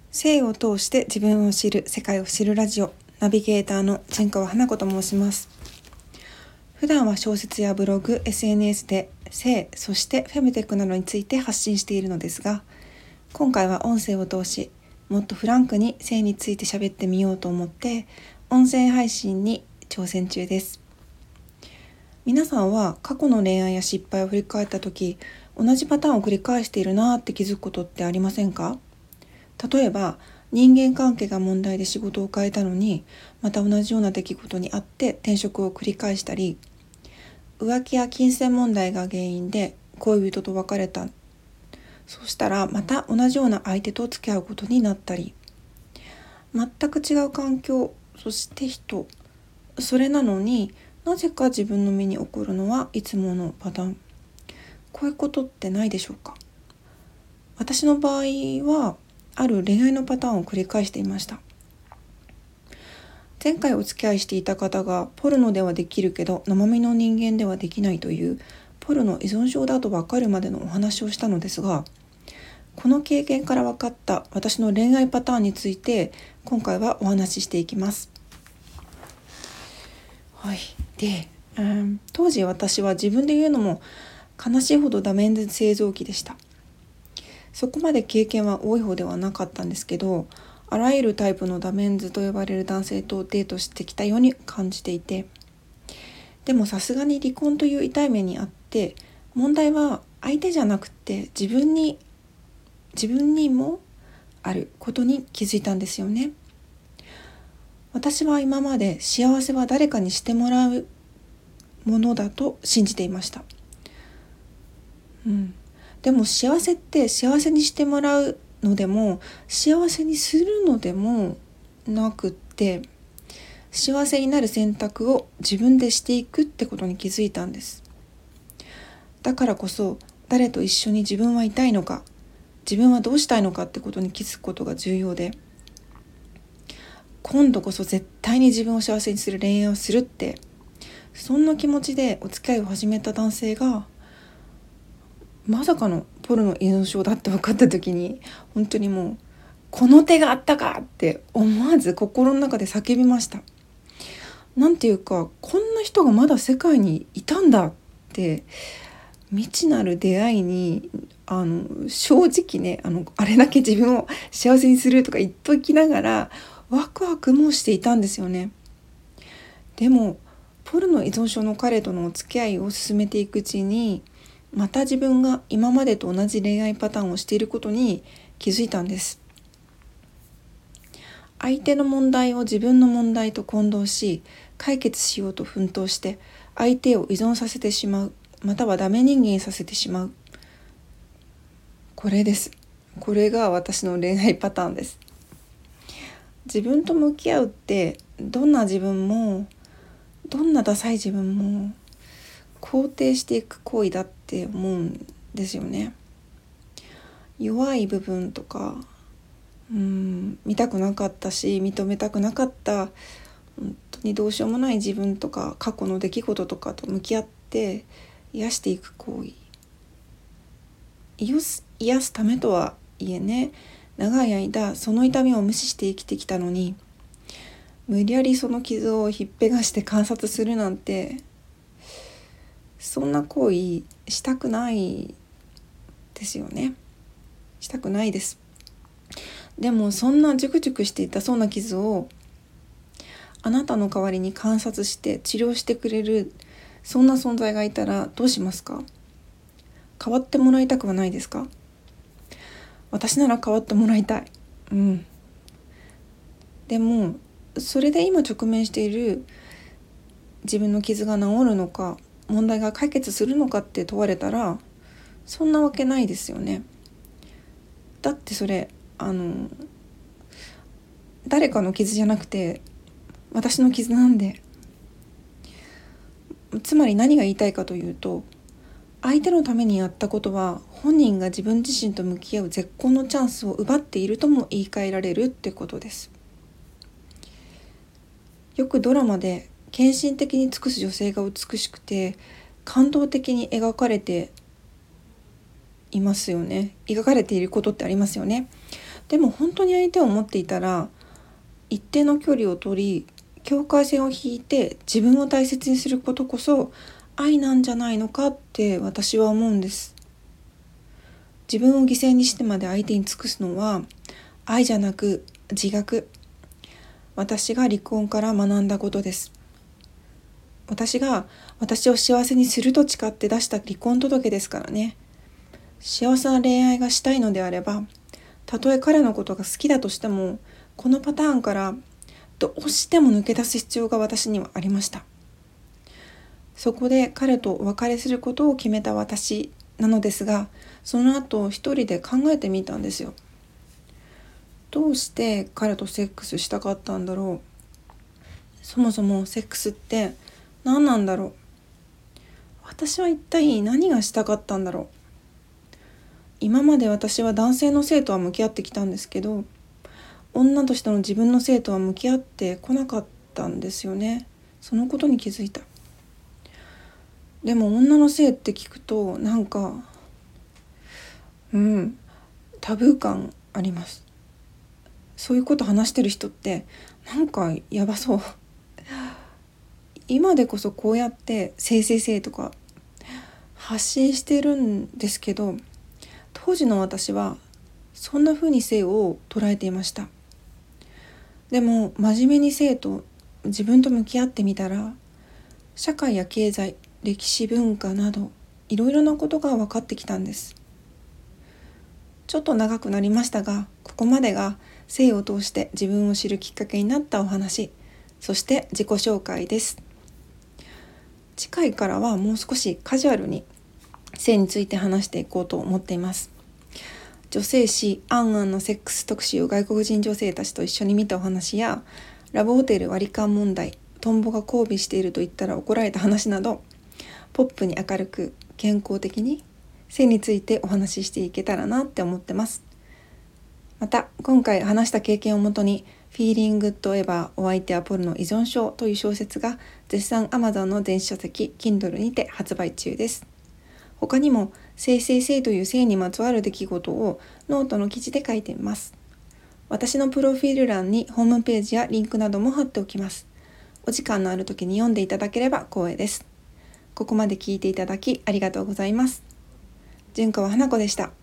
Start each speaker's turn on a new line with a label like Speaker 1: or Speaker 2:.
Speaker 1: 性を通して自分を知る、世界を知るラジオ、ナビゲーターの陣川花子と申します。普段は小説やブログ、SNS で性、そしてフェムテックなどについて発信しているのですが、今回は音声を通し、もっとフランクに性について喋ってみようと思って、音声配信に挑戦中です。皆さんは過去の恋愛や失敗を振り返った時、同じパターンを繰り返しているなって気づくことってありませんか？例えば人間関係が問題で仕事を変えたのに、また同じような出来事にあって転職を繰り返したり、浮気や金銭問題が原因で恋人と別れた、そしたらまた同じような相手と付き合うことになったり、全く違う環境、そして人、それなのになぜか自分の身に起こるのはいつものパターン。こういうことってないでしょうか？私の場合はある恋愛のパターンを繰り返していました。前回お付き合いしていた方がポルノではできるけど生身の人間ではできないというポルノ依存症だと分かるまでのお話をしたのですが、この経験から分かった私の恋愛パターンについて今回はお話ししていきます。はい。で、当時私は自分で言うのも悲しいほどダメンズ製造機でした。そこまで経験は多い方ではなかったんですけど、あらゆるタイプのダメンズと呼ばれる男性とデートしてきたように感じていて、でもさすがに離婚という痛い目にあって、問題は相手じゃなくて自分にもあることに気づいたんですよね。私は今まで幸せは誰かにしてもらうものだと信じていました。でも幸せって幸せにしてもらうのでも幸せにするのでもなくって、幸せになる選択を自分でしていくってことに気づいたんです。だからこそ誰と一緒に自分はいたいのか、自分はどうしたいのかってことに気づくことが重要で、今度こそ絶対に自分を幸せにする恋愛をするって、そんな気持ちでお付き合いを始めた男性がまさかのポルノ依存症だって分かった時に、本当にもうこの手があったかって思わず心の中で叫びました。なんていうか、こんな人がまだ世界にいたんだって、未知なる出会いに正直ね、あれだけ自分を幸せにするとか言っときながらワクワクもしていたんですよね。でもポルノ依存症の彼とのお付き合いを進めていくうちに、また自分が今までと同じ恋愛パターンをしていることに気づいたんです。相手の問題を自分の問題と混同し、解決しようと奮闘して相手を依存させてしまう、またはダメ人間にさせてしまう。これです。これが私の恋愛パターンです。自分と向き合うってどんな自分も、どんなダサい自分も肯定していく行為だって思うんですよね。弱い部分とか、見たくなかったし認めたくなかった、本当にどうしようもない自分とか過去の出来事とかと向き合って癒していく行為、癒すためとはいえね、長い間その痛みを無視して生きてきたのに、無理やりその傷をひっぺがして観察するなんて、そんな行為したくないですよね。したくないです。でもそんなジュクジュクしていたそうな傷をあなたの代わりに観察して治療してくれる、そんな存在がいたらどうしますか？変わってもらいたくはないですか？私なら変わってもらいたい。でもそれで今直面している自分の傷が治るのか、問題が解決するのかって問われたら、そんなわけないですよね。だってそれ誰かの傷じゃなくて私の傷なんで。つまり何が言いたいかというと、相手のためにやったことは本人が自分自身と向き合う絶好のチャンスを奪っているとも言い換えられるってことです。よくドラマで献身的に尽くす女性が美しくて感動的に描かれていますよね。描かれていることってありますよね。 でも本当に相手を思っていたら一定の距離を取り、境界線を引いて自分を大切にすることこそ愛なんじゃないのかって私は思うんです。自分を犠牲にしてまで相手に尽くすのは愛じゃなく自虐。私が離婚から学んだことです。私が私を幸せにすると誓って出した離婚届ですからね。幸せな恋愛がしたいのであれば、たとえ彼のことが好きだとしても、このパターンからどうしても抜け出す必要が私にはありました。そこで彼とお別れすることを決めた私なのですが、その後一人で考えてみたんですよ。どうして彼とセックスしたかったんだろう。そもそもセックスって何なんだろう。私は一体何がしたかったんだろう。今まで私は男性の性とは向き合ってきたんですけど、女としての自分の性とは向き合ってこなかったんですよね。そのことに気づいた。でも女の性って聞くとなんかタブー感あります。そういうこと話してる人ってなんかやばそう。今でこそこうやって性とか発信してるんですけど、当時の私はそんな風に性を捉えていました。でも真面目に性と自分と向き合ってみたら、社会や経済、歴史文化などいろいろなことが分かってきたんです。ちょっと長くなりましたが、ここまでが性を通して自分を知るきっかけになったお話、そして自己紹介です。次回からはもう少しカジュアルに性について話していこうと思っています。女性誌アンアンのセックス特集を外国人女性たちと一緒に見たお話や、ラブホテル割り勘問題、トンボが交尾していると言ったら怒られた話など、ポップに明るく健康的に性についてお話ししていけたらなって思ってます。また今回話した経験をもとにFeeling Good Ever お相手はポルノ依存症という小説が絶賛 Amazon の電子書籍 Kindle にて発売中です。他にも性という性にまつわる出来事をノートの記事で書いています。私のプロフィール欄にホームページやリンクなども貼っておきます。お時間のある時に読んでいただければ光栄です。ここまで聞いていただきありがとうございます。純子は花子でした。